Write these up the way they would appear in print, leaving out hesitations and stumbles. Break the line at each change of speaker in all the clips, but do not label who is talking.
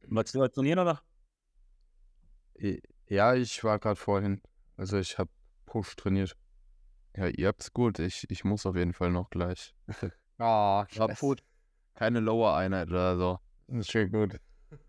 Wolltest du heute trainieren, oder?
Ja, ich war gerade vorhin. Also ich habe Push trainiert.
Ja, ihr habt's gut. Ich muss auf jeden Fall noch gleich.
Ah,
Aber Push, keine Lower-Einheit oder so.
das ist schon gut.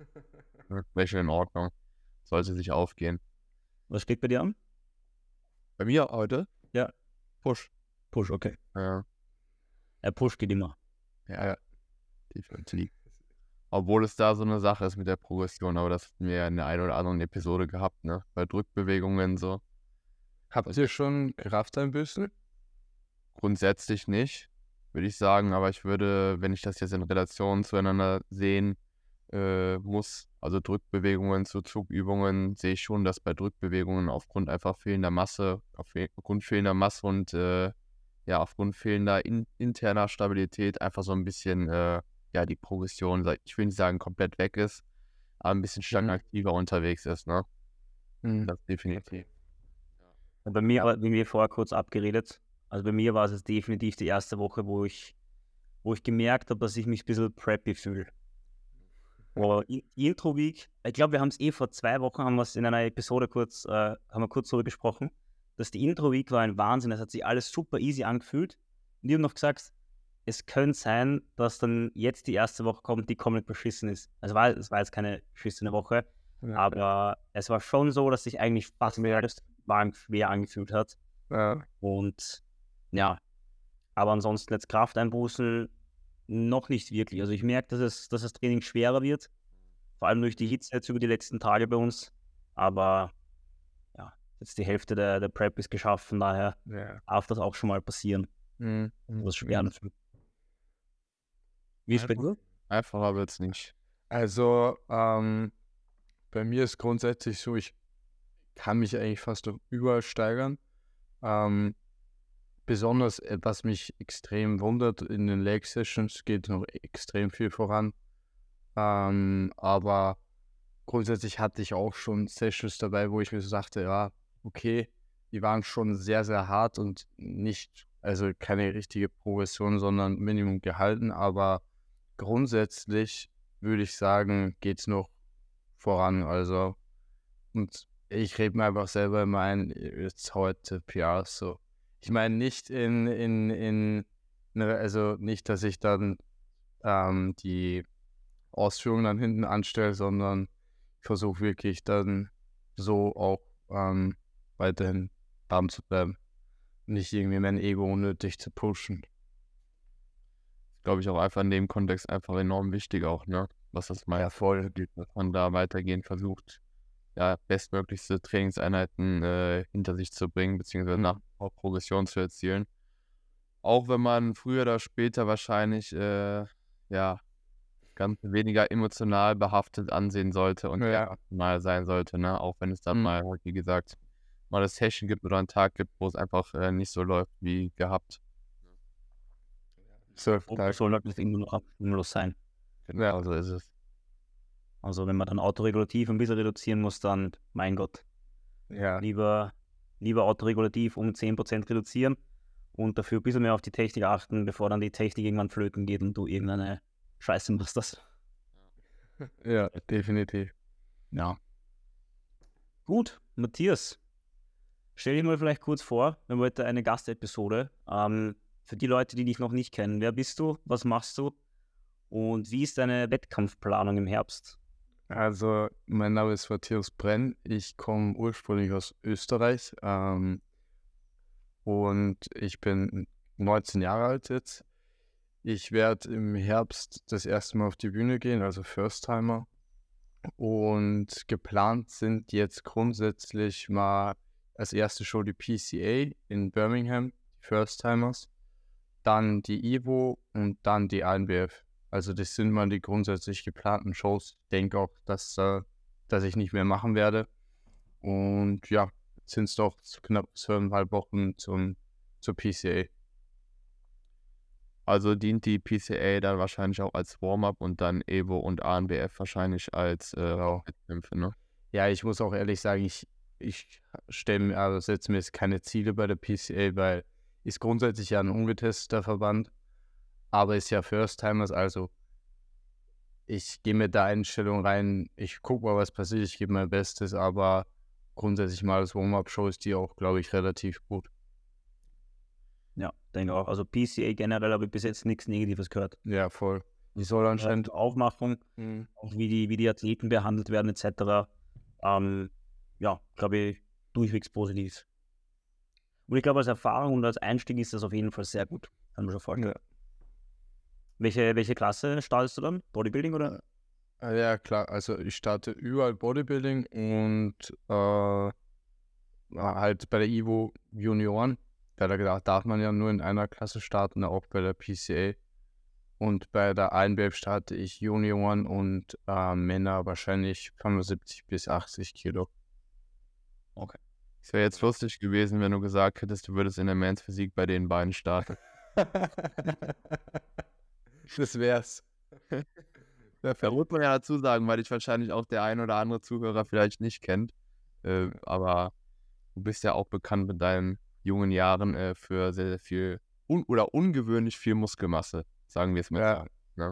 Wäre in Ordnung. Sollte sich aufgehen.
Was steht bei dir an?
Bei mir heute?
Ja.
Push.
Push, okay.
Ja,
Push geht immer.
ja, definitiv. Obwohl es da so eine Sache ist mit der Progression, aber das hatten wir ja in der einen oder anderen Episode gehabt, ne? Bei Drückbewegungen so.
Habt ihr schon Krafteinbüßen?
Grundsätzlich nicht, würde ich sagen, aber ich würde, wenn ich das jetzt in Relation zueinander sehen muss, also Drückbewegungen zu Zugübungen, sehe ich schon, dass bei Drückbewegungen aufgrund einfach fehlender Masse, aufgrund fehlender Masse und ja, aufgrund fehlender interner Stabilität einfach so ein bisschen, ja, die Progression, ich will nicht sagen komplett weg ist, aber ein bisschen stagnativer unterwegs ist, ne? Das definitiv.
Und bei mir, wie wir vorher kurz abgeredet, also bei mir war es jetzt definitiv die erste Woche, wo ich gemerkt habe, dass ich mich ein bisschen preppy fühle. Die Intro Week, ich glaube, wir haben es vor 2 Wochen, haben wir es in einer Episode kurz darüber gesprochen, dass die Intro Week war ein Wahnsinn, es hat sich alles super easy angefühlt. Und ich habe noch gesagt, es könnte sein, dass dann jetzt die erste Woche kommt, die komplett beschissen ist. Es war jetzt keine beschissene Woche, aber es war schon so, dass sich eigentlich fast schwer angefühlt hat.
Ja.
Und ja, aber ansonsten jetzt Krafteinbußen noch nicht wirklich. Also ich merke, dass das Training schwerer wird, vor allem durch die Hitze jetzt über die letzten Tage bei uns. Aber ja, jetzt die Hälfte der Prep ist geschaffen, daher darf das auch schon mal passieren. Das schwer anfühlt. Wie ist bei dir?
Einfacher wird's nicht.
Also, bei mir ist grundsätzlich so, ich kann mich eigentlich fast überall steigern. Besonders, was mich extrem wundert, in den Leg Sessions geht noch extrem viel voran. Aber grundsätzlich hatte ich auch schon Sessions dabei, wo ich mir so dachte, ja, okay, die waren schon sehr, sehr hart und nicht, also keine richtige Progression, sondern Minimum gehalten. Aber grundsätzlich würde ich sagen, geht's noch voran. Also, und ich rede mir einfach selber immer ein, jetzt heute PRs so. Ich meine nicht also nicht, dass ich dann die Ausführungen dann hinten anstelle, sondern ich versuche wirklich dann so auch weiterhin dran zu bleiben. Nicht irgendwie mein Ego unnötig zu pushen.
Glaube ich auch einfach in dem Kontext einfach enorm wichtig auch, ne? Was das meint,
voll.
dass man da weitergehend versucht, ja, bestmöglichste Trainingseinheiten hinter sich zu bringen, beziehungsweise nach Progression zu erzielen. Auch wenn man früher oder später wahrscheinlich, ja, ganz weniger emotional behaftet ansehen sollte und mal sein sollte, ne? Auch wenn es dann mal, wie gesagt, mal das Session gibt oder einen Tag gibt, wo es einfach nicht so läuft wie gehabt.
Soll das irgendwo noch abstimmungslos sein.
Genau, so ist es.
Also wenn man dann autoregulativ ein bisschen reduzieren muss, dann, mein Gott, lieber autoregulativ um 10% reduzieren und dafür ein bisschen mehr auf die Technik achten, bevor dann die Technik irgendwann flöten geht und du irgendeine Scheiße machst. Das.
Ja, definitiv.
Ja. Gut, Matthias, stell dich mal vielleicht kurz vor, wir haben heute eine Gastepisode. Für die Leute, die dich noch nicht kennen, wer bist du, was machst du und wie ist deine Wettkampfplanung im Herbst?
Also, mein Name ist Matthias Brenn. Ich komme ursprünglich aus Österreich und ich bin 19 Jahre alt jetzt. Ich werde im Herbst das erste Mal auf die Bühne gehen, also First-Timer. Und geplant sind jetzt grundsätzlich mal als erste Show die PCA in Birmingham, die First-Timers, dann die Evo und dann die INBF. Also das sind mal die grundsätzlich geplanten Shows. Ich denke auch, dass ich nicht mehr machen werde. Und ja, jetzt sind es doch knapp 12,5 Wochen zur PCA.
Also dient die PCA dann wahrscheinlich auch als Warm-up und dann Evo und ANBF wahrscheinlich als Wettkämpfe, ne?
Ja, ich muss auch ehrlich sagen, ich setze mir jetzt keine Ziele bei der PCA, weil ist grundsätzlich ja ein ungetesteter Verband, aber ist ja First-Timers, also ich gehe mit der Einstellung rein, ich gucke mal, was passiert, ich gebe mein Bestes, aber grundsätzlich mal als Warm-Up-Show ist die auch, glaube ich, relativ gut.
Ja, denke auch. Also PCA generell habe ich bis jetzt nichts Negatives gehört.
Ja, voll. Die soll anscheinend
Aufmachung, auch wie die Athleten behandelt werden etc. Ja, glaube ich, durchwegs positiv. Und ich glaube, als Erfahrung und als Einstieg ist das auf jeden Fall sehr gut. Kann man schon vorstellen.
Ja.
Welche Klasse startest du dann? Bodybuilding oder?
Ja, klar. Also ich starte überall Bodybuilding und halt bei der Ivo Junioren. Da darf man ja nur in einer Klasse starten, auch bei der PCA. Und bei der INBF starte ich Junioren und Männer wahrscheinlich 75 bis 80 Kilo.
Okay.
Es wäre jetzt lustig gewesen, wenn du gesagt hättest, du würdest in der Men's Physik bei den beiden starten.
Das wär's.
Da muss man ja dazu sagen, weil dich wahrscheinlich auch der ein oder andere Zuhörer vielleicht nicht kennt. Aber du bist ja auch bekannt mit deinen jungen Jahren für sehr, sehr viel oder ungewöhnlich viel Muskelmasse, sagen wir es mal.
Ja.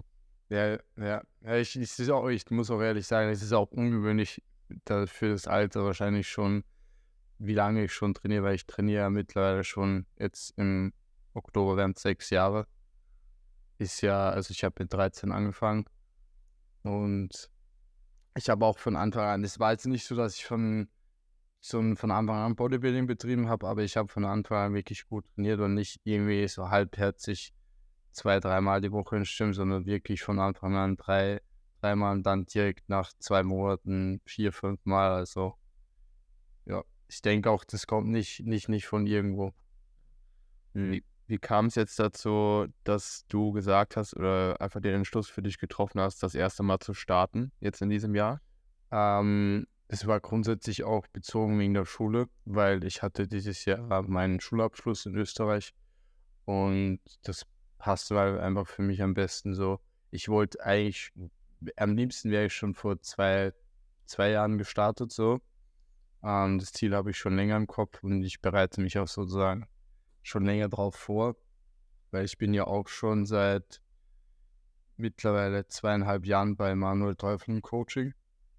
Ich muss auch ehrlich sagen, es ist auch ungewöhnlich für das Alter wahrscheinlich schon, wie lange ich schon trainiere, weil ich trainiere ja mittlerweile schon jetzt im Oktober wären es 6 Jahre. Also ich habe mit 13 angefangen und ich habe auch von Anfang an, es war jetzt nicht so, dass ich von Anfang an Bodybuilding betrieben habe, aber ich habe von Anfang an wirklich gut trainiert und nicht irgendwie so halbherzig 2-3 Mal die Woche ins Gym, sondern wirklich von Anfang an 3 Mal und dann direkt nach 2 Monaten 4-5 Mal. Also ja, ich denke auch, das kommt nicht von irgendwo.
Wie kam es jetzt dazu, dass du gesagt hast oder einfach den Entschluss für dich getroffen hast, das erste Mal zu starten, jetzt in diesem Jahr?
Es war grundsätzlich auch bezogen wegen der Schule, weil ich hatte dieses Jahr meinen Schulabschluss in Österreich und das passte halt einfach für mich am besten so. Ich wollte eigentlich, am liebsten wäre ich schon vor zwei Jahren gestartet so. Das Ziel habe ich schon länger im Kopf und ich bereite mich auch sozusagen schon länger drauf vor, weil ich bin ja auch schon seit mittlerweile 2,5 Jahren bei Manuel Teufel im Coaching.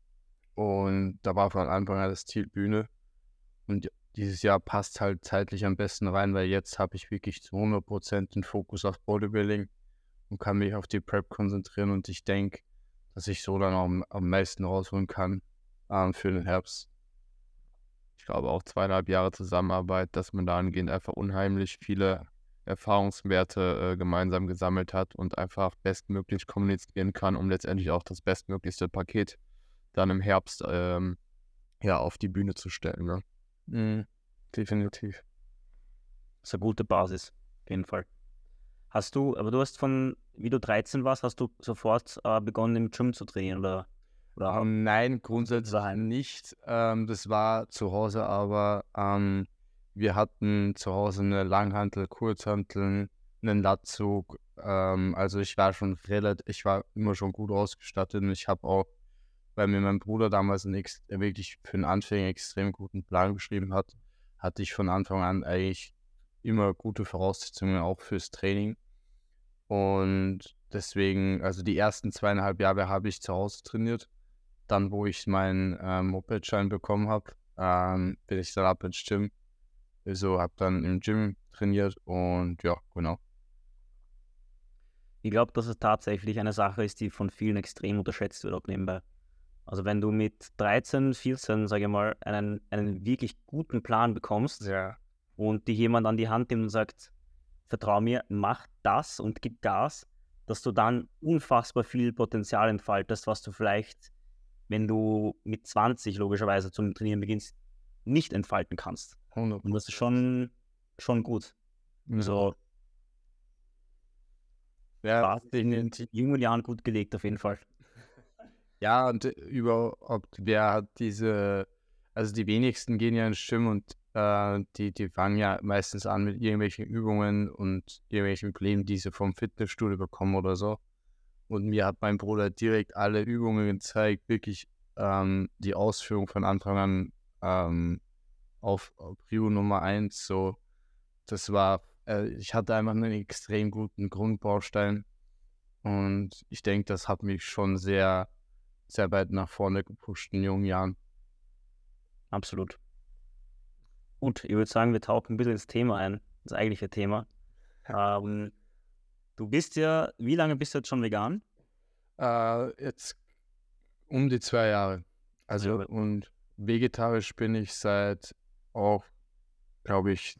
Und da war von Anfang an das Ziel Bühne. Und dieses Jahr passt halt zeitlich am besten rein, weil jetzt habe ich wirklich zu 100% den Fokus auf Bodybuilding und kann mich auf die Prep konzentrieren. Und ich denke, dass ich so dann auch am meisten rausholen kann für den Herbst.
Ich glaube auch 2,5 Jahre Zusammenarbeit, dass man dahingehend einfach unheimlich viele Erfahrungswerte gemeinsam gesammelt hat und einfach bestmöglich kommunizieren kann, um letztendlich auch das bestmöglichste Paket dann im Herbst auf die Bühne zu stellen. Ne?
Definitiv.
Das ist eine gute Basis, auf jeden Fall. Aber du hast wie du 13 warst, hast du sofort begonnen im Gym zu trainieren, oder?
Nein, grundsätzlich nicht. Das war zu Hause, aber wir hatten zu Hause eine Langhantel, Kurzhanteln, einen Latzug. Also ich war immer schon gut ausgestattet und ich habe auch, weil mir mein Bruder damals wirklich für den Anfänger extrem guten Plan geschrieben hat, hatte ich von Anfang an eigentlich immer gute Voraussetzungen auch fürs Training. Und deswegen, also die ersten 2,5 Jahre habe ich zu Hause trainiert. Dann, wo ich meinen Mopedschein bekommen habe, bin ich dann ab ins Gym. Also habe dann im Gym trainiert und ja, genau.
Ich glaube, dass es tatsächlich eine Sache ist, die von vielen extrem unterschätzt wird, auch nebenbei. Also wenn du mit 13, 14, sage ich mal, einen wirklich guten Plan bekommst und dir jemand an die Hand nimmt und sagt, vertrau mir, mach das und gib Gas, dass du dann unfassbar viel Potenzial entfaltest, was du vielleicht, wenn du mit 20 logischerweise zum Trainieren beginnst, nicht entfalten kannst.
100%.
Und das ist schon gut.
Ja.
So,
Ja,
in den jungen Jahren gut gelegt auf jeden Fall.
Ja, und überhaupt, wer hat also die wenigsten gehen ja ins Gym und die fangen ja meistens an mit irgendwelchen Übungen und irgendwelchen Plänen, die sie vom Fitnessstudio bekommen oder so. Und mir hat mein Bruder direkt alle Übungen gezeigt, wirklich die Ausführung von Anfang an auf Prio Nummer 1. So, das war, ich hatte einfach einen extrem guten Grundbaustein Und ich denke, das hat mich schon sehr, sehr weit nach vorne gepusht in jungen Jahren.
Absolut. Gut, ich würde sagen, wir tauchen ein bisschen ins Thema ein, das eigentliche Thema. Du bist ja, wie lange bist du jetzt schon vegan?
Jetzt um die 2 Jahre. Also,
Ja.
und vegetarisch bin ich seit auch, glaube ich,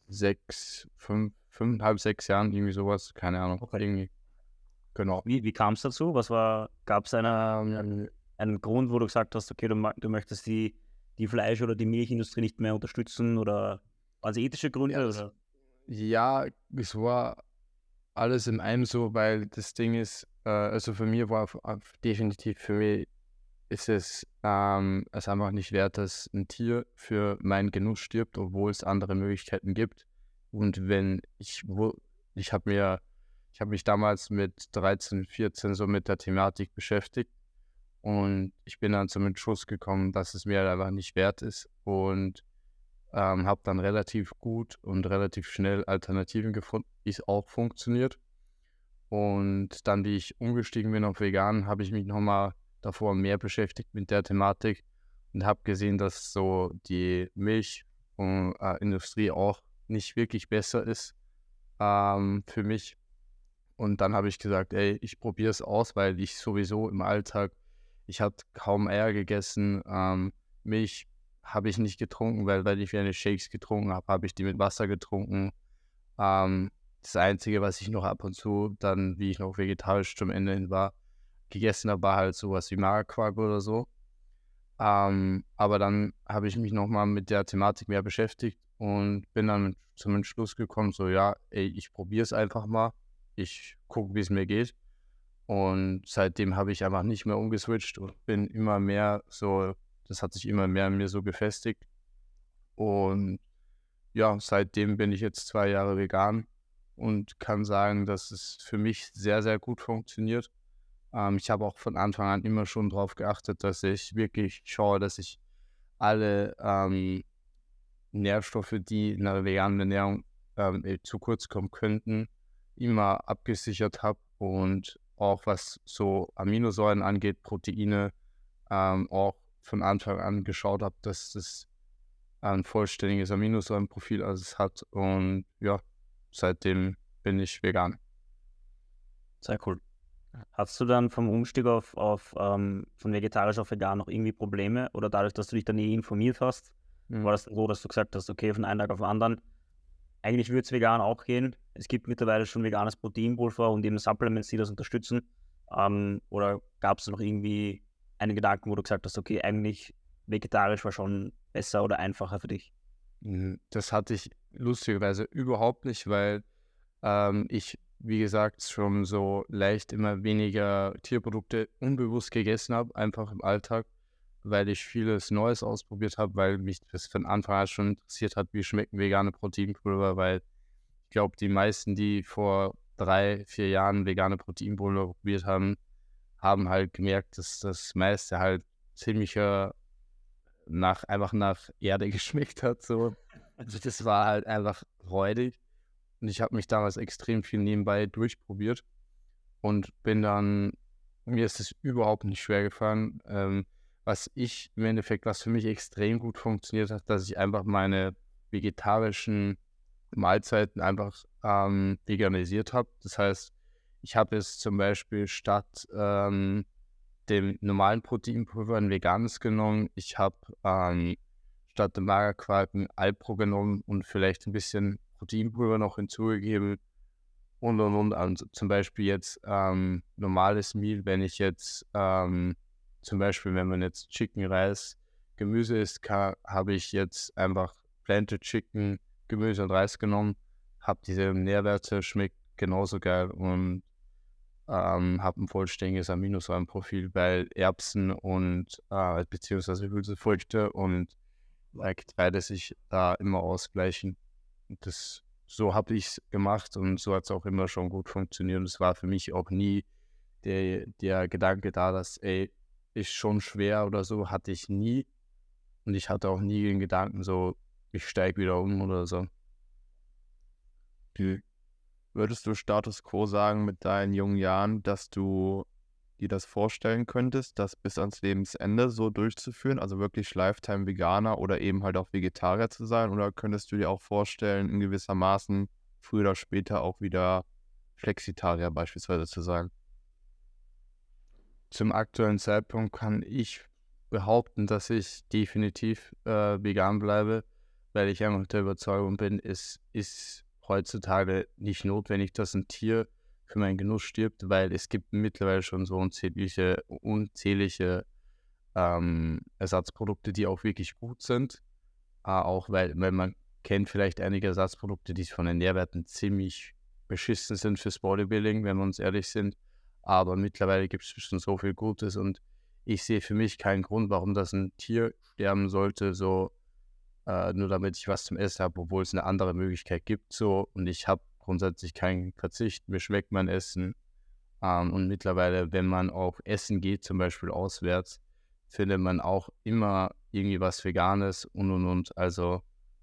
5,5, 6 Jahren, irgendwie sowas. Keine Ahnung.
Okay.
Irgendwie. Genau.
Wie kam es dazu? Gab es einen Grund, wo du gesagt hast, okay, du möchtest die Fleisch- oder die Milchindustrie nicht mehr unterstützen oder also ethische Gründe?
Ja,
Oder?
Ja, es war alles in einem so, weil das Ding ist, also für mich war definitiv, für mich ist es einfach nicht wert, dass ein Tier für meinen Genuss stirbt, obwohl es andere Möglichkeiten gibt. Und wenn ich habe mich damals mit 13, 14 so mit der Thematik beschäftigt und ich bin dann zum Entschluss gekommen, dass es mir halt einfach nicht wert ist und habe dann relativ gut und relativ schnell Alternativen gefunden, die es auch funktioniert. Und dann, wie ich umgestiegen bin auf vegan, habe ich mich nochmal davor mehr beschäftigt mit der Thematik und habe gesehen, dass so die Milchindustrie auch nicht wirklich besser ist für mich. Und dann habe ich gesagt, ey, ich probiere es aus, weil ich sowieso im Alltag, ich habe kaum Eier gegessen, Milch habe ich nicht getrunken, weil ich gerne Shakes getrunken habe, habe ich die mit Wasser getrunken. Das Einzige, was ich noch ab und zu, dann, wie ich noch vegetarisch zum Ende hin war, gegessen habe, war halt sowas wie Magerquark oder so. Aber dann habe ich mich nochmal mit der Thematik mehr beschäftigt und bin dann zum Entschluss gekommen, so ja, ey, ich probiere es einfach mal. Ich gucke, wie es mir geht. Und seitdem habe ich einfach nicht mehr umgeswitcht und bin immer mehr so, das hat sich immer mehr in mir so gefestigt. Und ja, seitdem bin ich jetzt 2 Jahre vegan und kann sagen, dass es für mich sehr, sehr gut funktioniert. Ich habe auch von Anfang an immer schon darauf geachtet, dass ich wirklich schaue, dass ich alle Nährstoffe, die in einer veganen Ernährung zu kurz kommen könnten, immer abgesichert habe und auch was so Aminosäuren angeht, Proteine, auch von Anfang an geschaut habe, dass das ein vollständiges Aminosäurenprofil alles hat und ja, seitdem bin ich vegan.
Sehr cool. Hast du dann vom Umstieg von vegetarisch auf vegan noch irgendwie Probleme oder dadurch, dass du dich dann informiert hast, war das dann so, dass du gesagt hast, okay, von einem Tag auf den anderen, eigentlich würde es vegan auch gehen. Es gibt mittlerweile schon veganes Proteinpulver und eben Supplements, die das unterstützen. Oder gab es noch irgendwie einen Gedanken, wo du gesagt hast, okay, eigentlich vegetarisch war schon besser oder einfacher für dich?
Das hatte ich lustigerweise überhaupt nicht, weil ich, wie gesagt, schon so leicht immer weniger Tierprodukte unbewusst gegessen habe, einfach im Alltag, weil ich vieles Neues ausprobiert habe, weil mich das von Anfang an schon interessiert hat, wie schmecken vegane Proteinpulver, weil ich glaube, die meisten, die vor 3, 4 Jahren vegane Proteinpulver probiert haben, haben halt gemerkt, dass das meiste halt ziemlicher einfach nach Erde geschmeckt hat. So. Also das war halt einfach räudig. Und ich habe mich damals extrem viel nebenbei durchprobiert und mir ist es überhaupt nicht schwer gefallen. Was für mich extrem gut funktioniert hat, dass ich einfach meine vegetarischen Mahlzeiten einfach veganisiert habe. Das heißt, ich habe es zum Beispiel statt dem normalen Proteinpulver ein veganes genommen. Ich habe statt dem Magerquark ein Alpro genommen und vielleicht ein bisschen Proteinpulver noch hinzugegeben und. Also zum Beispiel jetzt normales Meal, wenn ich jetzt zum Beispiel, wenn man jetzt Chicken Reis Gemüse isst, habe ich jetzt einfach Planted Chicken, Gemüse und Reis genommen, habe diese Nährwerte, schmeckt genauso geil und habe ein vollständiges Aminosäurenprofil, weil Erbsen und beziehungsweise Hülsenfrüchte und Getreide sich da immer ausgleichen. Und so habe ich es gemacht und so hat es auch immer schon gut funktioniert. Und es war für mich auch nie der Gedanke da, dass, ey, ist schon schwer oder so, hatte ich nie. Und ich hatte auch nie den Gedanken so, ich steige wieder um oder so.
Würdest du Status Quo sagen mit deinen jungen Jahren, dass du dir das vorstellen könntest, das bis ans Lebensende so durchzuführen, also wirklich Lifetime Veganer oder eben halt auch Vegetarier zu sein? Oder könntest du dir auch vorstellen, in gewissermaßen früher oder später auch wieder Flexitarier beispielsweise zu sein?
Zum aktuellen Zeitpunkt kann ich behaupten, dass ich definitiv vegan bleibe, weil ich einfach der Überzeugung bin, es ist heutzutage nicht notwendig, dass ein Tier für meinen Genuss stirbt, weil es gibt mittlerweile schon so unzählige Ersatzprodukte, die auch wirklich gut sind. Auch weil man kennt vielleicht einige Ersatzprodukte, die von den Nährwerten ziemlich beschissen sind fürs Bodybuilding, wenn wir uns ehrlich sind. Aber mittlerweile gibt es schon so viel Gutes und ich sehe für mich keinen Grund, warum das ein Tier sterben sollte, so nur damit ich was zum Essen habe, obwohl es eine andere Möglichkeit gibt. So, und ich habe grundsätzlich keinen Verzicht, mir schmeckt mein Essen. Und mittlerweile, wenn man auf Essen geht, zum Beispiel auswärts, findet man auch immer irgendwie was Veganes und. Also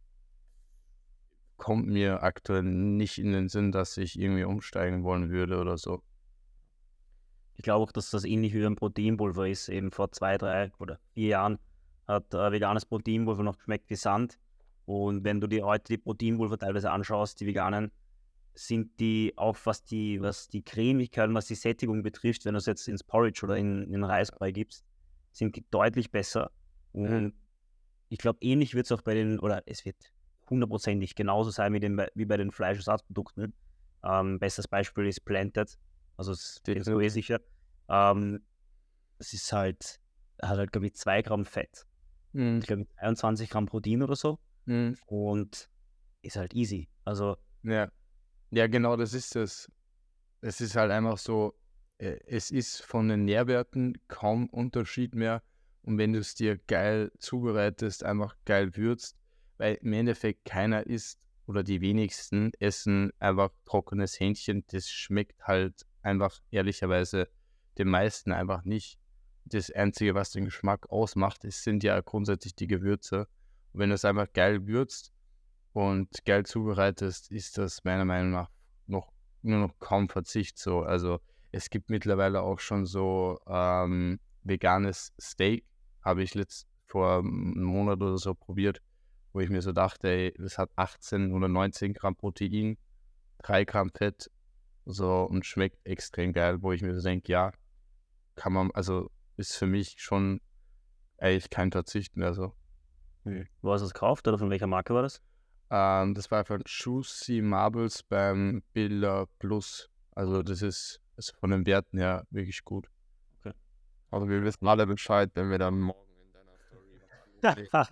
kommt mir aktuell nicht in den Sinn, dass ich irgendwie umsteigen wollen würde oder so.
Ich glaube auch, dass das ähnlich wie beim Proteinpulver ist. Eben vor 2, 3 oder 4 Jahren hat veganes Proteinpulver noch geschmeckt wie Sand. Und wenn du dir heute die Proteinpulver teilweise anschaust, die veganen, sind die auch, was die Cremigkeit und was die Sättigung betrifft, wenn du es jetzt ins Porridge oder in den Reisbrei gibst, sind die deutlich besser. Und ich glaube, ähnlich wird es auch bei den, oder es wird hundertprozentig genauso sein wie bei den Fleischersatzprodukten. Bestes Beispiel ist Planted. Also es ist so sicher. Es ist halt, hat halt, glaube ich, 2 Gramm Fett. Ich glaube 23 Gramm Protein oder so. Und ist halt easy. Also
Ja, genau, das ist es. Es ist halt einfach so, es ist von den Nährwerten kaum Unterschied mehr. Und wenn du es dir geil zubereitest, einfach geil würzt, weil im Endeffekt keiner isst oder die wenigsten essen einfach trockenes Hähnchen. Das schmeckt halt einfach ehrlicherweise den meisten einfach nicht. Das Einzige, was den Geschmack ausmacht, sind ja grundsätzlich die Gewürze. Und wenn du es einfach geil würzt und geil zubereitest, ist das meiner Meinung nach nur noch kaum Verzicht so. Also es gibt mittlerweile auch schon so veganes Steak, habe ich vor einem Monat oder so probiert, wo ich mir so dachte, ey, das hat 18 oder 19 Gramm Protein, 3 Gramm Fett, so, und schmeckt extrem geil, wo ich mir so denke, ja, kann man, also ist für mich schon eigentlich kein Verzicht mehr so.
Wo hast du es gekauft oder von welcher Marke war das?
Das war von Juicy Marbles beim Billa Plus. Also das ist von den Werten her wirklich gut.
Okay.
Also wir wissen alle Bescheid, wenn wir dann morgen in deiner Story was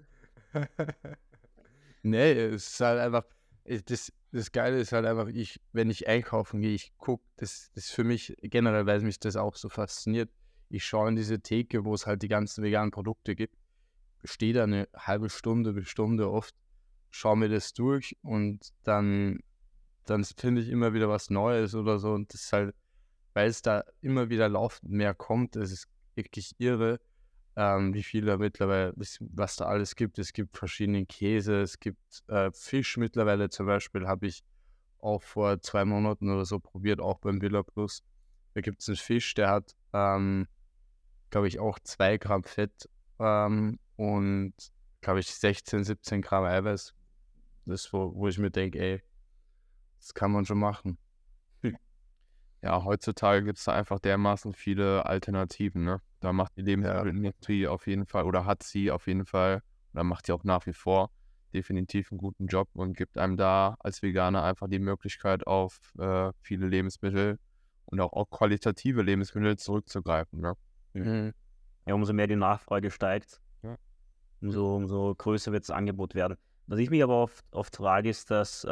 Nee, es ist halt einfach, das Geile ist halt einfach, wenn ich einkaufen gehe, ich gucke, das ist für mich generell, weil mich das auch so fasziniert, ich schaue in diese Theke, wo es halt die ganzen veganen Produkte gibt, stehe da eine halbe Stunde bis Stunde oft, schaue mir das durch und dann finde ich immer wieder was Neues oder so und das ist halt, weil es da immer wieder laufend mehr kommt, das ist wirklich irre, wie viel da mittlerweile, was da alles gibt. Es gibt verschiedene Käse, es gibt Fisch mittlerweile zum Beispiel, habe ich auch vor 2 Monaten oder so probiert, auch beim Villa Plus. Da gibt es einen Fisch, der hat, glaube ich, auch 2 Gramm Fett und, glaube ich, 16, 17 Gramm Eiweiß. Das, wo ich mir denke, ey, das kann man schon machen.
Ja, heutzutage gibt es da einfach dermaßen viele Alternativen, ne? Da macht die Lebensmittelindustrie auf jeden Fall, oder hat sie auf jeden Fall, oder macht sie auch nach wie vor definitiv einen guten Job und gibt einem da als Veganer einfach die Möglichkeit, auf viele Lebensmittel und auch qualitative Lebensmittel zurückzugreifen, ne?
Ja, umso mehr die Nachfrage steigt,
Ja.
umso größer wird das Angebot werden. Was ich mich aber oft frage, ist, dass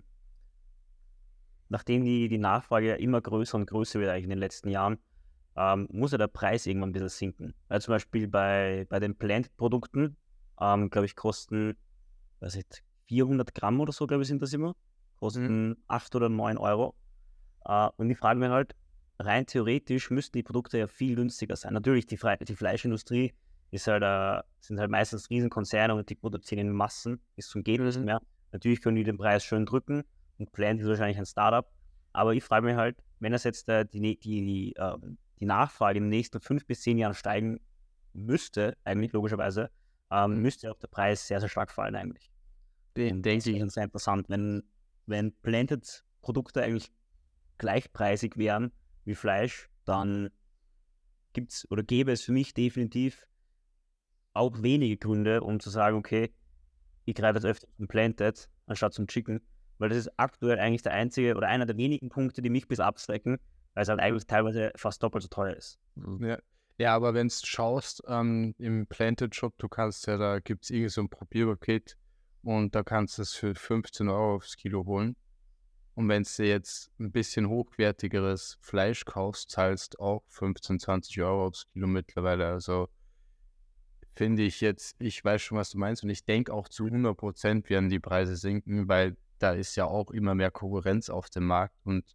nachdem die Nachfrage ja immer größer und größer wird eigentlich in den letzten Jahren, muss ja der Preis irgendwann ein bisschen sinken. Weil zum Beispiel bei den Plant-Produkten, glaube ich, kosten, weiß ich, 400 Gramm oder so, glaube ich, sind das immer, kosten 8 oder 9 Euro. Und ich frage mich halt, rein theoretisch müssten die Produkte ja viel günstiger sein. Natürlich, die Fleischindustrie ist halt, sind halt meistens Riesenkonzerne und die produzieren in Massen, bis zum Geht nicht mehr. Natürlich können die den Preis schön drücken, und Plant ist wahrscheinlich ein Startup. Aber ich frage mich halt, wenn das jetzt die Nachfrage in den nächsten 5 bis 10 Jahren steigen müsste, eigentlich logischerweise, müsste auch der Preis sehr, sehr stark fallen eigentlich. Und denke ich, ist sehr interessant, wenn Planted-Produkte eigentlich gleichpreisig wären wie Fleisch, dann gäbe es für mich definitiv auch wenige Gründe, um zu sagen, okay, ich greife jetzt öfter zum Planted anstatt zum Chicken, weil das ist aktuell eigentlich der einzige oder einer der wenigen Punkte, die mich bis abschrecken, weil es halt eigentlich teilweise fast doppelt so teuer ist.
Ja, aber wenn du schaust, im Planted Shop, da gibt es irgendwie so ein Probierpaket und da kannst du es für 15 Euro aufs Kilo holen. Und wenn du jetzt ein bisschen hochwertigeres Fleisch kaufst, zahlst auch 15, 20 Euro aufs Kilo mittlerweile. Also finde ich jetzt, ich weiß schon, was du meinst und ich denke auch zu 100% werden die Preise sinken, weil da ist ja auch immer mehr Konkurrenz auf dem Markt und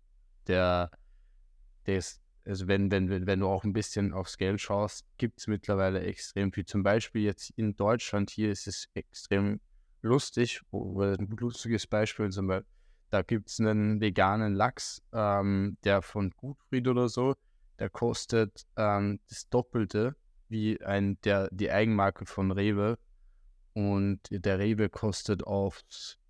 also wenn du auch ein bisschen aufs Geld schaust, gibt es mittlerweile extrem viel. Zum Beispiel jetzt in Deutschland hier ist es extrem lustig, oder ein lustiges Beispiel zum Beispiel, da gibt es einen veganen Lachs, der von Gutfried oder so, der kostet das Doppelte wie die Eigenmarke von Rewe. Und der Rewe kostet auf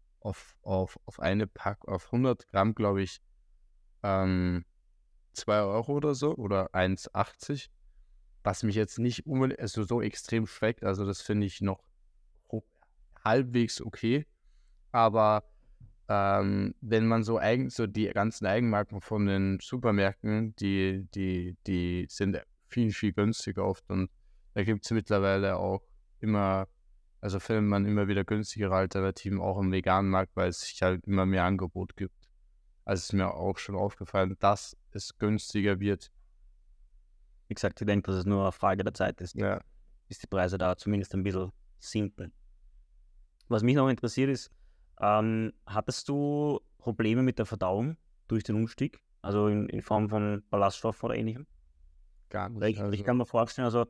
100 Gramm, glaube ich, 2 Euro oder so oder 1,80. Was mich jetzt nicht unbedingt so extrem schmeckt. Also das finde ich noch halbwegs okay. Aber wenn man so die ganzen Eigenmarken von den Supermärkten, die sind viel, viel günstiger oft und da gibt es mittlerweile auch also findet man immer wieder günstigere Alternativen auch im veganen Markt, weil es sich halt immer mehr Angebot gibt. Also ist mir auch schon aufgefallen, dass es günstiger wird.
Wie gesagt, ich denke, dass es nur eine Frage der Zeit ist, bis die Preise da zumindest ein bisschen sinken. Was mich noch interessiert ist, hattest du Probleme mit der Verdauung durch den Umstieg? Also in Form von Ballaststoffen oder ähnlichem?
Gar nicht.
Weil ich kann mir vorstellen, also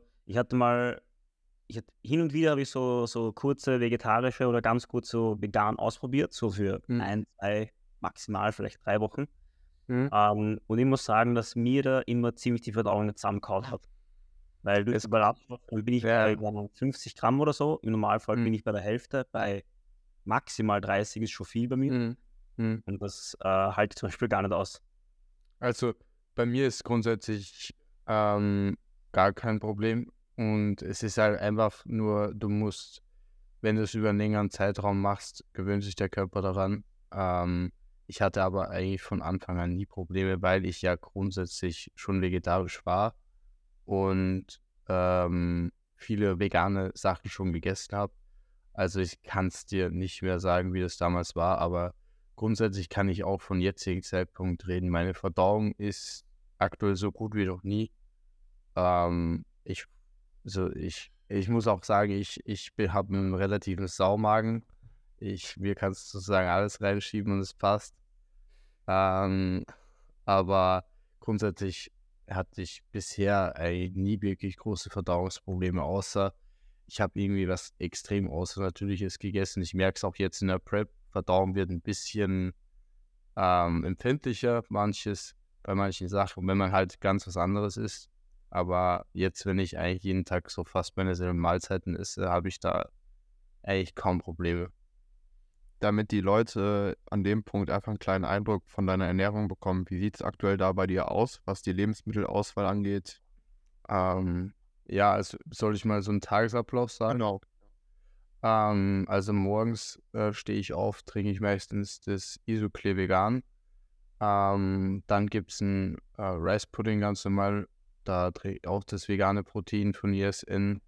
hin und wieder habe ich so kurze vegetarische oder ganz kurz so vegan ausprobiert, so für 1, 2, maximal vielleicht 3 Wochen. Und ich muss sagen, dass mir da immer ziemlich die Verdauung nicht zusammengehauen hat. Weil durch die Ballaststoffe bin ich bei 50 Gramm oder so. Im Normalfall bin ich bei der Hälfte, bei maximal 30 ist schon viel bei mir. Und das halte ich zum Beispiel gar nicht aus.
Also bei mir ist grundsätzlich gar kein Problem. Und es ist halt einfach nur, du musst, wenn du es über einen längeren Zeitraum machst, gewöhnt sich der Körper daran. Ich hatte aber eigentlich von Anfang an nie Probleme, weil ich ja grundsätzlich schon vegetarisch war und viele vegane Sachen schon gegessen habe. Also ich kann es dir nicht mehr sagen, wie das damals war, aber grundsätzlich kann ich auch von jetzigen Zeitpunkt reden. Meine Verdauung ist aktuell so gut wie noch nie. Ich muss auch sagen, ich habe einen relativen Saumagen. Mir kannst du sozusagen alles reinschieben und es passt. Aber grundsätzlich hatte ich bisher nie wirklich große Verdauungsprobleme, außer ich habe irgendwie was extrem Außernatürliches gegessen. Ich merke es auch jetzt in der Prep. Verdauung wird ein bisschen empfindlicher, bei manchen Sachen, wenn man halt ganz was anderes isst. Aber jetzt, wenn ich eigentlich jeden Tag so fast meine selben Mahlzeiten esse, habe ich da eigentlich kaum Probleme.
Damit die Leute an dem Punkt einfach einen kleinen Eindruck von deiner Ernährung bekommen, wie sieht es aktuell da bei dir aus, was die Lebensmittelauswahl angeht?
Ja, also soll ich mal so einen Tagesablauf sagen?
Genau.
Also morgens stehe ich auf, trinke ich meistens das Isoclear vegan. Dann gibt es einen Rice Pudding ganz normal. Da trinke ich auch das vegane Protein von ESN.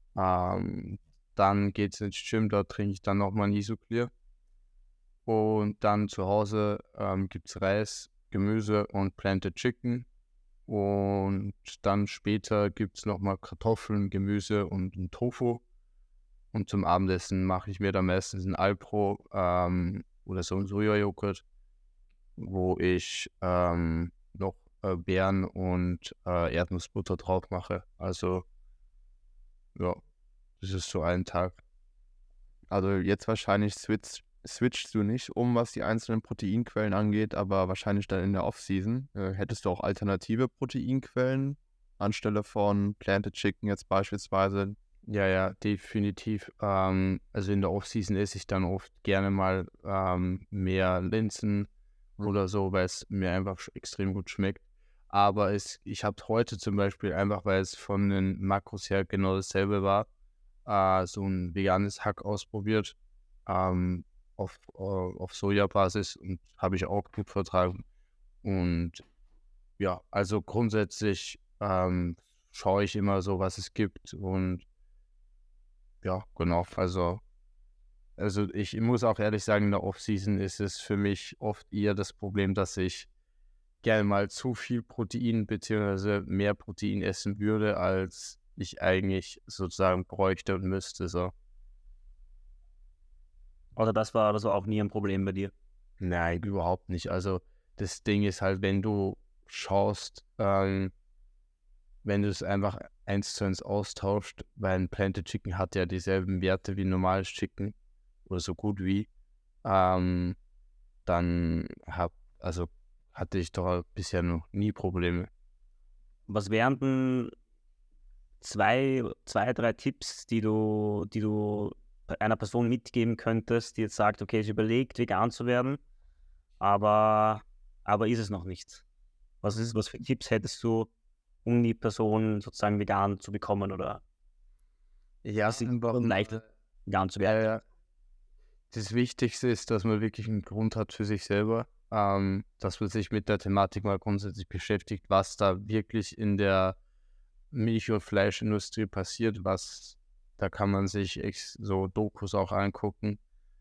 Dann geht es ins Gym, da trinke ich dann nochmal ein Isoclear. Und dann zu Hause gibt es Reis, Gemüse und Planted Chicken. Und dann später gibt es nochmal Kartoffeln, Gemüse und ein Tofu. Und zum Abendessen mache ich mir dann meistens ein Alpro oder so ein Sojajoghurt, wo ich noch Beeren und Erdnussbutter drauf mache. Also, ja, das ist so ein Tag.
Also jetzt wahrscheinlich switchst du nicht um, was die einzelnen Proteinquellen angeht, aber wahrscheinlich dann in der Offseason. Hättest du auch alternative Proteinquellen anstelle von Planted Chicken jetzt beispielsweise?
Ja, definitiv. Also in der Offseason esse ich dann oft gerne mal mehr Linsen oder so, weil es mir einfach extrem gut schmeckt. Aber ich habe heute zum Beispiel einfach, weil es von den Makros her genau dasselbe war, so ein veganes Hack ausprobiert auf Sojabasis und habe ich auch gut vertragen. Und ja, also grundsätzlich schaue ich immer so, was es gibt und ja, genau. Also ich muss auch ehrlich sagen, in der Offseason ist es für mich oft eher das Problem, dass ich gerne mal zu viel Protein bzw. mehr Protein essen würde, als ich eigentlich sozusagen bräuchte und müsste. So.
Oder das war auch nie ein Problem bei dir?
Nein, überhaupt nicht. Also das Ding ist halt, wenn du schaust, wenn du es einfach 1:1 austauscht, weil ein Planted Chicken hat ja dieselben Werte wie normales Chicken oder so gut wie, dann hatte ich doch bisher noch nie Probleme.
Was wären denn zwei, drei Tipps, die du einer Person mitgeben könntest, die jetzt sagt, okay, sie überlegt, vegan zu werden, aber ist es noch nicht? Was für Tipps hättest du, um die Person sozusagen vegan zu bekommen oder
Ja,
leichter vegan zu werden?
ja. Das Wichtigste ist, dass man wirklich einen Grund hat für sich selber, dass man sich mit der Thematik mal grundsätzlich beschäftigt, was da wirklich in der Milch- und Fleischindustrie passiert, da kann man sich so Dokus auch angucken,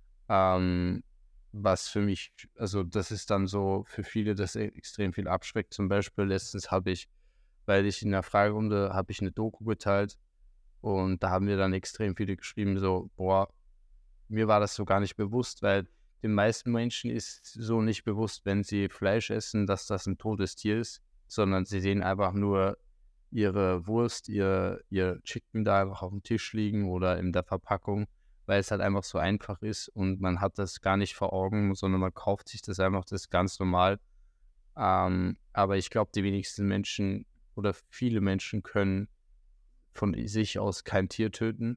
was für mich, also das ist dann so für viele, das extrem viel abschreckt. Zum Beispiel letztens weil ich in der Fragerunde habe ich eine Doku geteilt und da haben mir dann extrem viele geschrieben, so, boah, mir war das so gar nicht bewusst, weil den meisten Menschen ist so nicht bewusst, wenn sie Fleisch essen, dass das ein totes Tier ist, sondern sie sehen einfach nur ihre Wurst, ihr Chicken da einfach auf dem Tisch liegen oder in der Verpackung, weil es halt einfach so einfach ist und man hat das gar nicht vor Augen, sondern man kauft sich das einfach, das ist ganz normal. Aber ich glaube, die wenigsten Menschen oder viele Menschen können von sich aus kein Tier töten.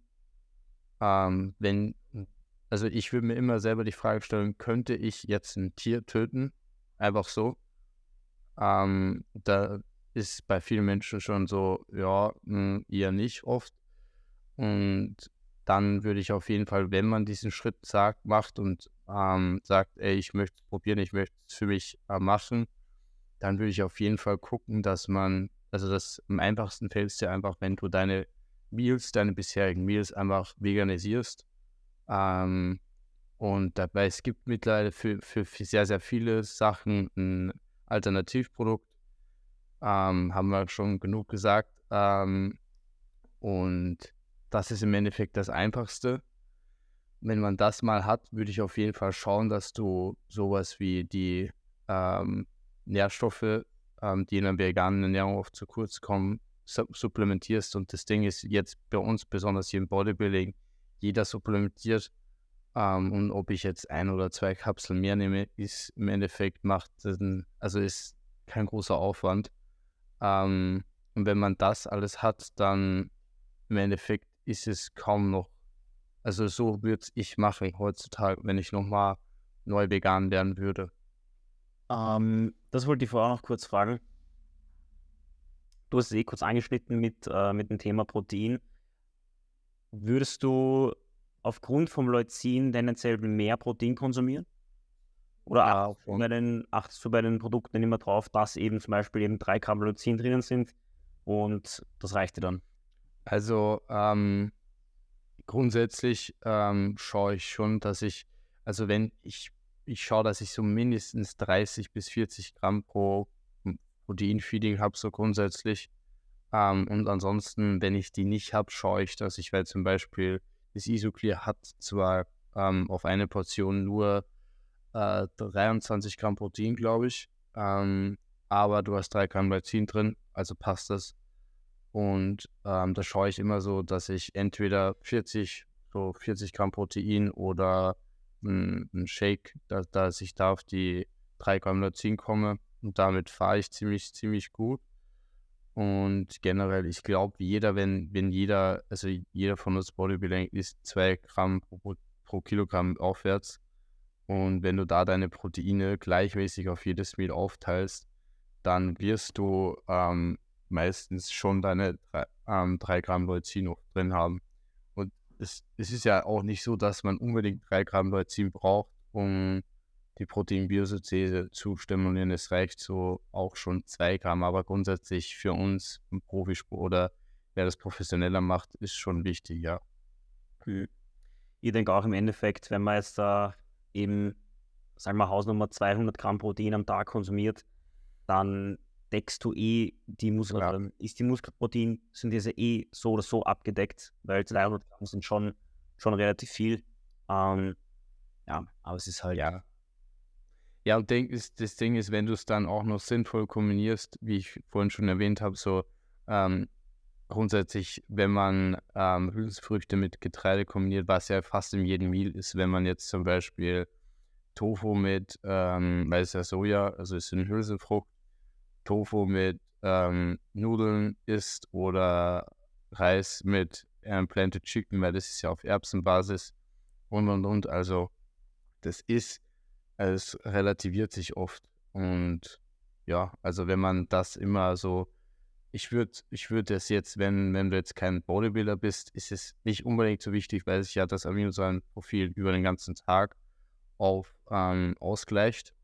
Also ich würde mir immer selber die Frage stellen, könnte ich jetzt ein Tier töten? Einfach so. Da ist bei vielen Menschen schon so, ja, eher nicht oft. Und dann würde ich auf jeden Fall, wenn man diesen Schritt macht und sagt, ey, ich möchte es probieren, ich möchte es für mich machen, dann würde ich auf jeden Fall gucken, also das am einfachsten fällt es dir einfach, wenn du deine bisherigen Meals einfach veganisierst. Und dabei, es gibt mittlerweile für sehr, sehr viele Sachen ein Alternativprodukt, haben wir schon genug gesagt. Und das ist im Endeffekt das Einfachste. Wenn man das mal hat, würde ich auf jeden Fall schauen, dass du sowas wie die Nährstoffe, die in der veganen Ernährung oft zu kurz kommen, supplementierst. Und das Ding ist jetzt bei uns, besonders hier im Bodybuilding, jeder supplementiert. Und ob ich jetzt 1 oder 2 Kapseln mehr nehme, ist im Endeffekt ist kein großer Aufwand. Und wenn man das alles hat, dann im Endeffekt ist es kaum noch, also so würde ich machen heutzutage, wenn ich nochmal neu vegan werden würde.
Das wollte ich vorher noch kurz fragen. Du hast es kurz angeschnitten mit dem Thema Protein. Würdest du aufgrund vom Leucin tendenziell mehr Protein konsumieren? Oder achtest du bei den Produkten immer drauf, dass eben zum Beispiel eben 3 Gramm Leucin drinnen sind und das reicht dir dann?
Also grundsätzlich schaue ich schon, also wenn ich schaue, dass ich so mindestens 30 bis 40 Gramm pro Proteinfeeding habe, so grundsätzlich. Und ansonsten, wenn ich die nicht habe, schaue ich, weil zum Beispiel das Isoclear hat zwar auf eine Portion nur 23 Gramm Protein, glaube ich, aber du hast 3 Gramm Leucin drin, also passt das. Und da schaue ich immer so, dass ich entweder 40 Gramm Protein oder ein Shake, dass ich da auf die 3 Gramm Leucin komme. Und damit fahre ich ziemlich gut. Und generell, ich glaube, wenn jeder von uns Bodybuilding isst 2 Gramm pro Kilogramm aufwärts. Und wenn du da deine Proteine gleichmäßig auf jedes Meal aufteilst, dann wirst du meistens schon deine 3 Gramm Leucin noch drin haben. Und es ist ja auch nicht so, dass man unbedingt 3 Gramm Leucin braucht, um die Proteinbiosynthese zu stimulieren. Es reicht so auch schon 2 Gramm, aber grundsätzlich für uns im Profisport oder wer das professioneller macht, ist schon wichtig, ja.
Ich denke auch im Endeffekt, wenn man jetzt da eben, sagen wir Hausnummer 200 Gramm Protein am Tag konsumiert, dann deckst du die Muskelproteinsynthese so oder so abgedeckt, weil 200 Gramm sind schon relativ viel. Ja, aber es ist halt...
Ja, und das Ding ist, wenn du es dann auch noch sinnvoll kombinierst, wie ich vorhin schon erwähnt habe, so grundsätzlich, wenn man Hülsenfrüchte mit Getreide kombiniert, was ja fast in jedem Meal ist, wenn man jetzt zum Beispiel Tofu mit weißer Soja, also ist eine Hülsenfrucht, Tofu mit Nudeln isst oder Reis mit Planted Chicken, weil das ist ja auf Erbsenbasis und. Also es relativiert sich oft. Und ja, also wenn man das immer so, ich würde es jetzt, wenn du jetzt kein Bodybuilder bist, ist es nicht unbedingt so wichtig, weil sich ja das Aminosäurenprofil über den ganzen Tag ausgleicht.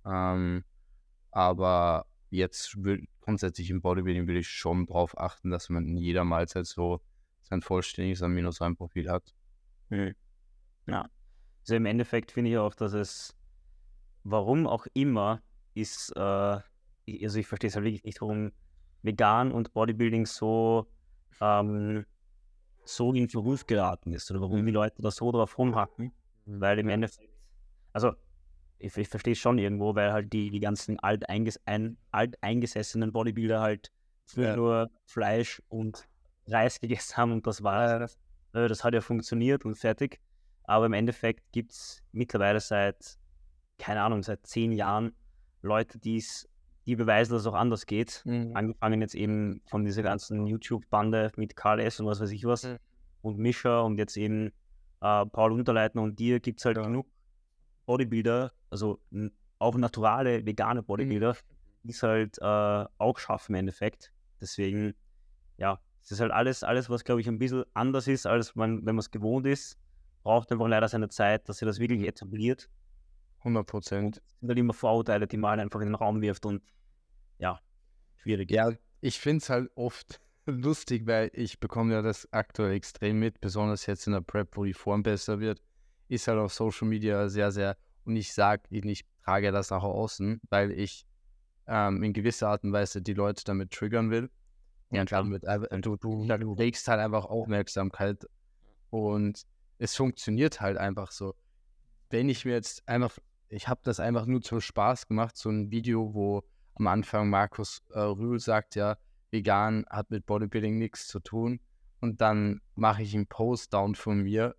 Aber jetzt grundsätzlich im Bodybuilding will ich schon darauf achten, dass man in jeder Mahlzeit so sein vollständiges Aminosäurenprofil hat.
Ja, also im Endeffekt finde ich auch, dass es, warum auch immer, ist, also ich verstehe es halt wirklich nicht, warum Vegan und Bodybuilding so in Verruf geraten ist oder warum die Leute da so drauf rumhacken, weil im Endeffekt, also ich verstehe es schon irgendwo, weil halt die ganzen alteingesessenen Bodybuilder halt früher nur Fleisch und Reis gegessen haben und das war das hat ja funktioniert und fertig. Aber im Endeffekt gibt es mittlerweile seit 10 Jahren Leute, die beweisen, dass es auch anders geht. Angefangen jetzt eben von dieser ganzen YouTube-Bande mit Karl S. und was weiß ich was und Mischa und jetzt eben Paul Unterleitner und dir gibt es halt genug Bodybuilder, also auch naturale, vegane Bodybuilder, die es halt auch schaffen im Endeffekt. Deswegen, ja, es ist halt alles, was glaube ich ein bisschen anders ist, als wenn man es gewohnt ist. Braucht einfach leider seine Zeit, dass sie das wirklich etabliert.
100%.
Es sind halt immer Vorurteile, die man einfach in den Raum wirft und ja, schwierig.
Ja, ich finde es halt oft lustig, weil ich bekomme ja das aktuell extrem mit, besonders jetzt in der Prep, wo die Form besser wird, ist halt auf Social Media sehr, sehr, und ich trage das nach außen, weil ich in gewisser Art und Weise die Leute damit triggern will. Ja, klar. Du regst halt einfach Aufmerksamkeit und es funktioniert halt einfach so. Wenn ich mir jetzt ich habe das einfach nur zum Spaß gemacht, so ein Video, wo am Anfang Markus Rühl sagt, ja, vegan hat mit Bodybuilding nichts zu tun. Und dann mache ich einen Post-Down von mir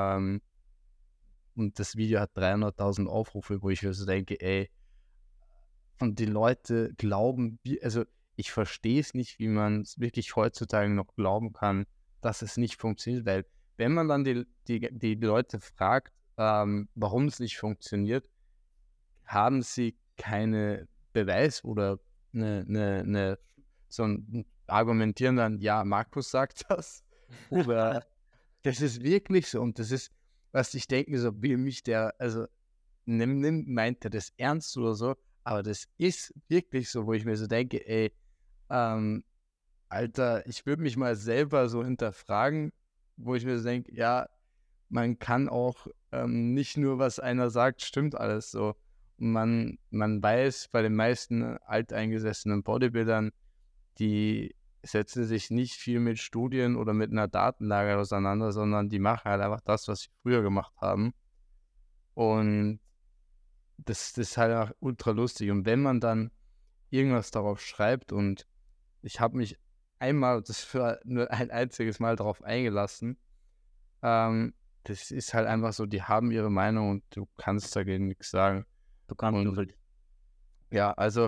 und das Video hat 300.000 Aufrufe, wo ich mir so denke, ey, und die Leute glauben, also ich verstehe es nicht, wie man es wirklich heutzutage noch glauben kann, dass es nicht funktioniert, weil wenn man dann die Leute fragt, warum es nicht funktioniert, haben sie keine Beweis oder argumentieren dann, ja, Markus sagt das. Oder das ist wirklich so. Und das ist, was ich denke, so will mich meint er das ernst oder so, aber das ist wirklich so, wo ich mir so denke, ey, Alter, ich würde mich mal selber so hinterfragen, wo ich mir so denke, ja, man kann auch nicht nur, was einer sagt, stimmt alles so. Man weiß, bei den meisten alteingesessenen Bodybuildern, die setzen sich nicht viel mit Studien oder mit einer Datenlage auseinander, sondern die machen halt einfach das, was sie früher gemacht haben. Und das ist halt auch ultra lustig. Und wenn man dann irgendwas darauf schreibt, und ich habe mich einmal, das für nur ein einziges Mal darauf eingelassen, das ist halt einfach so, die haben ihre Meinung und du kannst dagegen nichts sagen.
Du kannst
Und
halt,
ja, also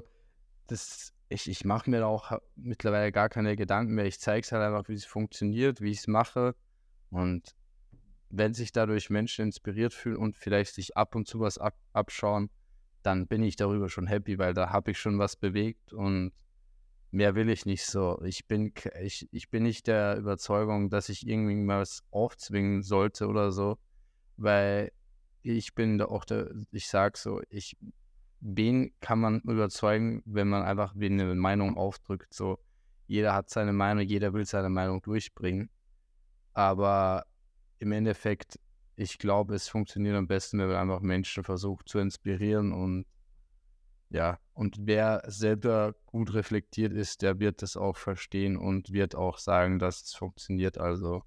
ich mache mir da auch mittlerweile gar keine Gedanken mehr. Ich zeige es halt einfach, wie es funktioniert, wie ich es mache. Und wenn sich dadurch Menschen inspiriert fühlen und vielleicht sich ab und zu was abschauen, dann bin ich darüber schon happy, weil da habe ich schon was bewegt und mehr will ich nicht so. Ich bin nicht der Überzeugung, dass ich irgendwie mal was aufzwingen sollte oder so, weil ich bin da auch ich sag so, wen kann man überzeugen, wenn man einfach eine Meinung aufdrückt, so. Jeder hat seine Meinung, jeder will seine Meinung durchbringen, aber im Endeffekt, ich glaube, es funktioniert am besten, wenn man einfach Menschen versucht zu inspirieren und ja, und wer selber gut reflektiert ist, der wird das auch verstehen und wird auch sagen, dass es funktioniert. Also,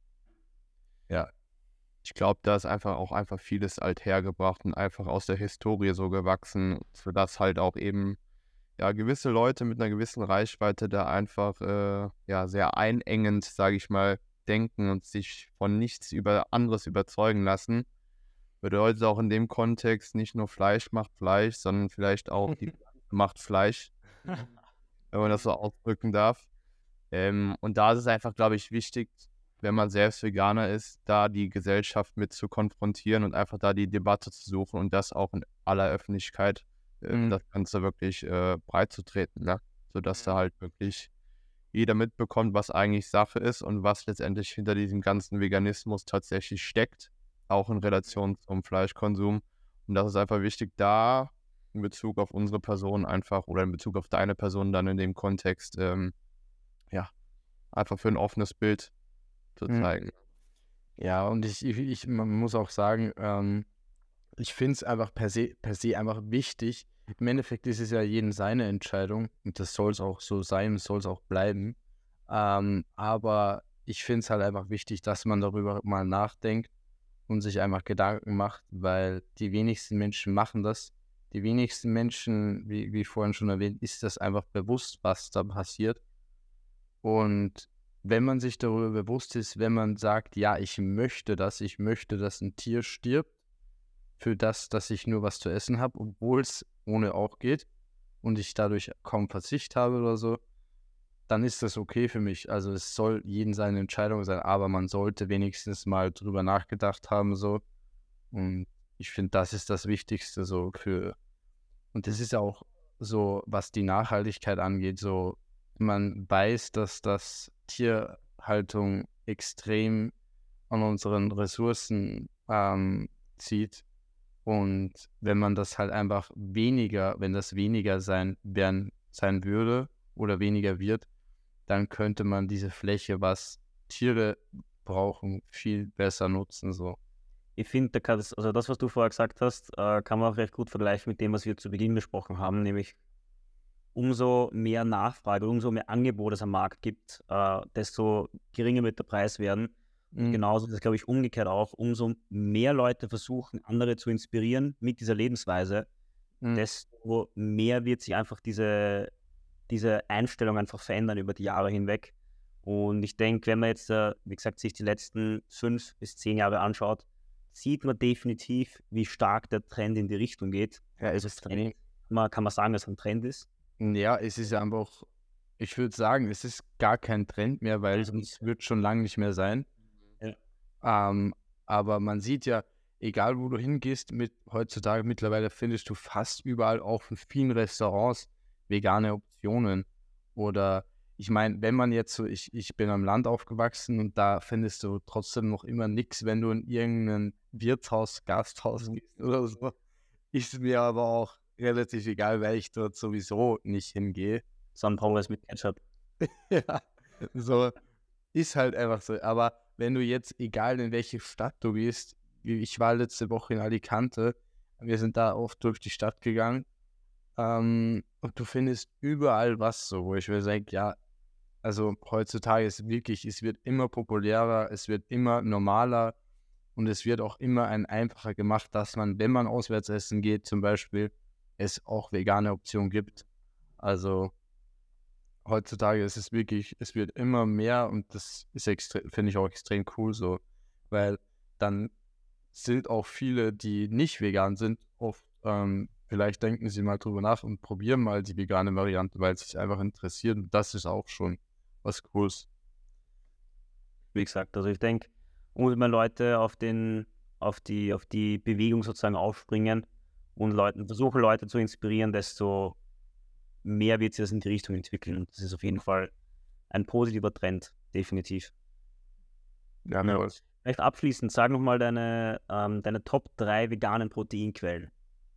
ja.
Ich glaube, da ist einfach vieles althergebracht und einfach aus der Historie so gewachsen, sodass halt auch eben ja gewisse Leute mit einer gewissen Reichweite da einfach ja sehr einengend, sage ich mal, denken und sich von nichts anderes überzeugen lassen. Bedeutet auch in dem Kontext nicht nur Fleisch macht Fleisch, sondern vielleicht auch die Pflanze macht Fleisch, wenn man das so ausdrücken darf. Und da ist es einfach, glaube ich, wichtig, wenn man selbst Veganer ist, da die Gesellschaft mit zu konfrontieren und einfach da die Debatte zu suchen und das auch in aller Öffentlichkeit, das Ganze wirklich breit zu treten, ne? Sodass da halt wirklich jeder mitbekommt, was eigentlich Sache ist und was letztendlich hinter diesem ganzen Veganismus tatsächlich steckt, auch in Relation zum Fleischkonsum. Und das ist einfach wichtig, da in Bezug auf unsere Person einfach oder in Bezug auf deine Person dann in dem Kontext, ja, einfach für ein offenes Bild zu zeigen.
Ja, und man muss auch sagen, ich finde es einfach per se einfach wichtig. Im Endeffekt ist es ja jedem seine Entscheidung und das soll es auch so sein, soll es auch bleiben. Aber ich finde es halt einfach wichtig, dass man darüber mal nachdenkt und sich einfach Gedanken macht, weil die wenigsten Menschen machen das. Die wenigsten Menschen, wie vorhin schon erwähnt, ist das einfach bewusst, was da passiert. Und wenn man sich darüber bewusst ist, wenn man sagt, ja, ich möchte, dass ein Tier stirbt, für das, dass ich nur was zu essen habe, obwohl es ohne auch geht und ich dadurch kaum Verzicht habe oder so, dann ist das okay für mich. Also es soll jedem seine Entscheidung sein, aber man sollte wenigstens mal drüber nachgedacht haben, so. Und ich finde, das ist das Wichtigste so und das ist auch so, was die Nachhaltigkeit angeht, so, man weiß, dass das Tierhaltung extrem an unseren Ressourcen zieht. Und wenn man das halt einfach wenn das weniger sein würde oder weniger wird, dann könnte man diese Fläche, was Tiere brauchen, viel besser nutzen, so.
Ich finde, also das, was du vorher gesagt hast, kann man auch recht gut vergleichen mit dem, was wir zu Beginn besprochen haben, nämlich umso mehr Nachfrage, umso mehr Angebot es am Markt gibt, desto geringer wird der Preis werden. Und genauso ist es, glaube ich, umgekehrt auch. Umso mehr Leute versuchen, andere zu inspirieren mit dieser Lebensweise, desto mehr wird sich einfach diese Einstellung einfach verändern über die Jahre hinweg. Und ich denke, wenn man jetzt, wie gesagt, sich die letzten 5 bis 10 Jahre anschaut, sieht man definitiv, wie stark der Trend in die Richtung geht.
Ja, es ist
kann man sagen, dass es ein Trend ist?
Ja, es ist einfach, ich würde sagen, es ist gar kein Trend mehr, weil es wird schon lange nicht mehr sein. Ja. Aber man sieht ja, egal wo du hingehst, heutzutage mittlerweile findest du fast überall auch in vielen Restaurants vegane Optionen. Oder ich meine, wenn man jetzt so, ich bin am Land aufgewachsen und da findest du trotzdem noch immer nichts, wenn du in irgendein Wirtshaus, Gasthaus gehst oder so. Ist mir aber auch relativ egal, weil ich dort sowieso nicht hingehe.
Sondern Pommes mit Ketchup.
Ja, so ist halt einfach so. Aber wenn du jetzt, egal in welche Stadt du gehst, ich war letzte Woche in Alicante, wir sind da oft durch die Stadt gegangen, und du findest überall was so, wo ich mir sage, ja, also heutzutage ist wirklich, es wird immer populärer, es wird immer normaler und es wird auch immer einfacher gemacht, dass man, wenn man auswärts essen geht, zum Beispiel, es auch vegane Optionen gibt. Also heutzutage ist es wirklich, es wird immer mehr und das ist finde ich auch extrem cool so, weil dann sind auch viele, die nicht vegan sind, oft, vielleicht denken sie mal drüber nach und probieren mal die vegane Variante, weil es sich einfach interessiert. Und das ist auch schon was Cooles.
Wie gesagt, also ich denke, umso mehr Leute auf die Bewegung sozusagen aufspringen und versuchen Leute zu inspirieren, desto mehr wird sich das in die Richtung entwickeln. Und das ist auf jeden Fall ein positiver Trend, definitiv.
Ja,
Ja.
voll.
Vielleicht abschließend, sag nochmal deine Top 3 veganen Proteinquellen.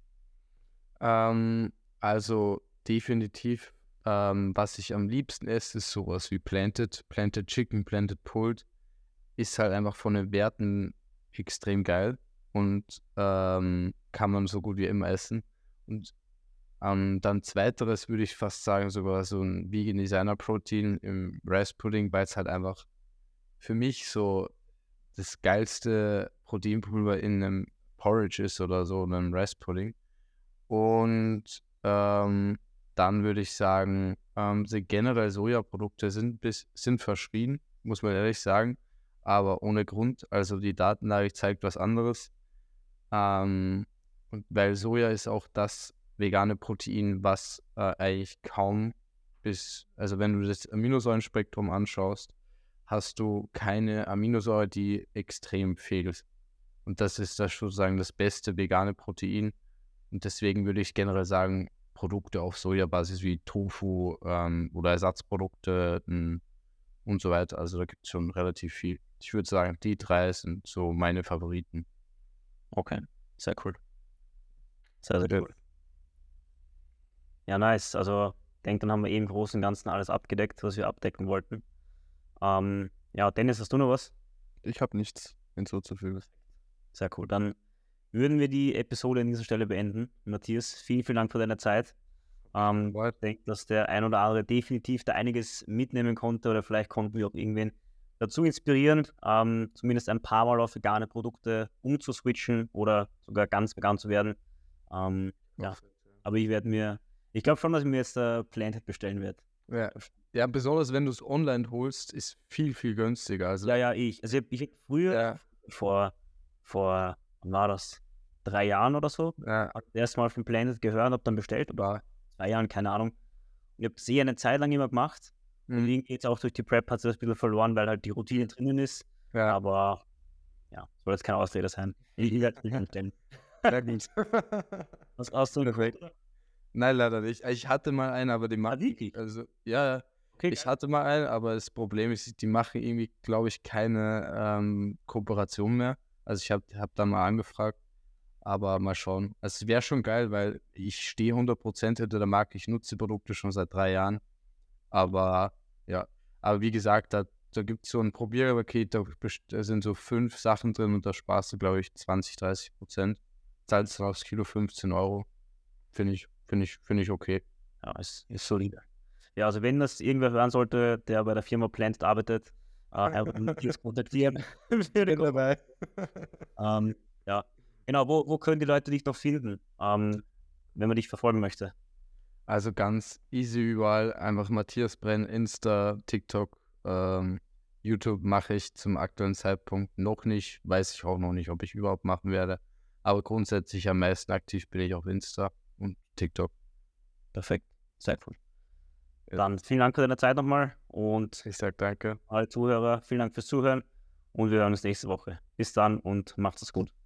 Also definitiv, was ich am liebsten esse, ist sowas wie Planted Chicken, Planted Pulled. Ist halt einfach von den Werten extrem geil und kann man so gut wie immer essen. Und dann zweiteres würde ich fast sagen, sogar so ein Vegan Designer Protein im Rice Pudding, weil es halt einfach für mich so das geilste Proteinpulver in einem Porridge ist oder so, in einem Rice Pudding. Und dann würde ich sagen, generell Sojaprodukte sind verschrien, muss man ehrlich sagen, aber ohne Grund. Also die Datenlage zeigt was anderes. Und weil Soja ist auch das vegane Protein, was eigentlich kaum also wenn du das Aminosäurenspektrum anschaust, hast du keine Aminosäure, die extrem fehlt. Und das ist sozusagen das beste vegane Protein. Und deswegen würde ich generell sagen, Produkte auf Sojabasis wie Tofu oder Ersatzprodukte und so weiter. Also da gibt es schon relativ viel. Ich würde sagen, die 3 sind so meine Favoriten.
Okay, sehr cool. Sehr, sehr cool. Ja, nice. Also ich denke, dann haben wir im Großen und Ganzen alles abgedeckt, was wir abdecken wollten. Ja, Dennis, hast du noch was?
Ich habe nichts hinzuzufügen.
Sehr cool. Dann würden wir die Episode an dieser Stelle beenden. Matthias, vielen, vielen Dank für deine Zeit. Ich denke, dass der ein oder andere definitiv da einiges mitnehmen konnte oder vielleicht konnten wir auch irgendwen dazu inspirieren, zumindest ein paar Mal auf vegane Produkte umzuswitchen oder sogar ganz vegan zu werden. Ja, aber ich glaube schon, dass ich mir jetzt Planted bestellen werde.
Ja, besonders wenn du es online holst, ist viel, viel günstiger. Also,
Ja, ich hab früher, vor, wann war das? 3 Jahren oder so,
ja,
das erste Mal von Planted gehört, habe dann bestellt, oder 2 Jahren, keine Ahnung. Ich habe es eine Zeit lang immer gemacht. Und irgendwie jetzt auch durch die Prep hat es das ein bisschen verloren, weil halt die Routine drinnen ist.
ja.
Aber ja, soll jetzt keine Ausrede sein. Ich werde es nicht anstellen.
Sehr gut.
Was hast du?
Nein, leider nicht. Ich hatte mal einen, aber die machen.
wirklich?
Also, ja,
Okay,
ich hatte mal einen, aber das Problem ist, die machen irgendwie, glaube ich, keine Kooperation mehr. Also ich hab da mal angefragt, aber mal schauen. Also es wäre schon geil, weil ich stehe 100% hinter der Marke. Ich nutze die Produkte schon seit 3 Jahren. Aber ja, aber wie gesagt, da gibt es so ein Probierpaket, da sind so 5 Sachen drin und da sparst du, glaube ich, 20-30%. Zahlst du aufs Kilo 15 Euro. Finde ich okay.
Ja, ist solide. Ja, also wenn das irgendwer hören sollte, der bei der Firma Planted arbeitet, einfach Matthias kontaktieren.
Bin dabei.
Ja, genau, wo können die Leute dich noch finden, wenn man dich verfolgen möchte?
Also ganz easy überall, einfach Matthias Brenn, Insta, TikTok, YouTube mache ich zum aktuellen Zeitpunkt noch nicht, weiß ich auch noch nicht, ob ich überhaupt machen werde, aber grundsätzlich am meisten aktiv bin ich auf Insta und TikTok.
Perfekt, sehr cool. Dann vielen Dank für deine Zeit nochmal und
Ich sage danke.
alle Zuhörer, vielen Dank fürs Zuhören und wir hören uns nächste Woche. Bis dann und macht es gut.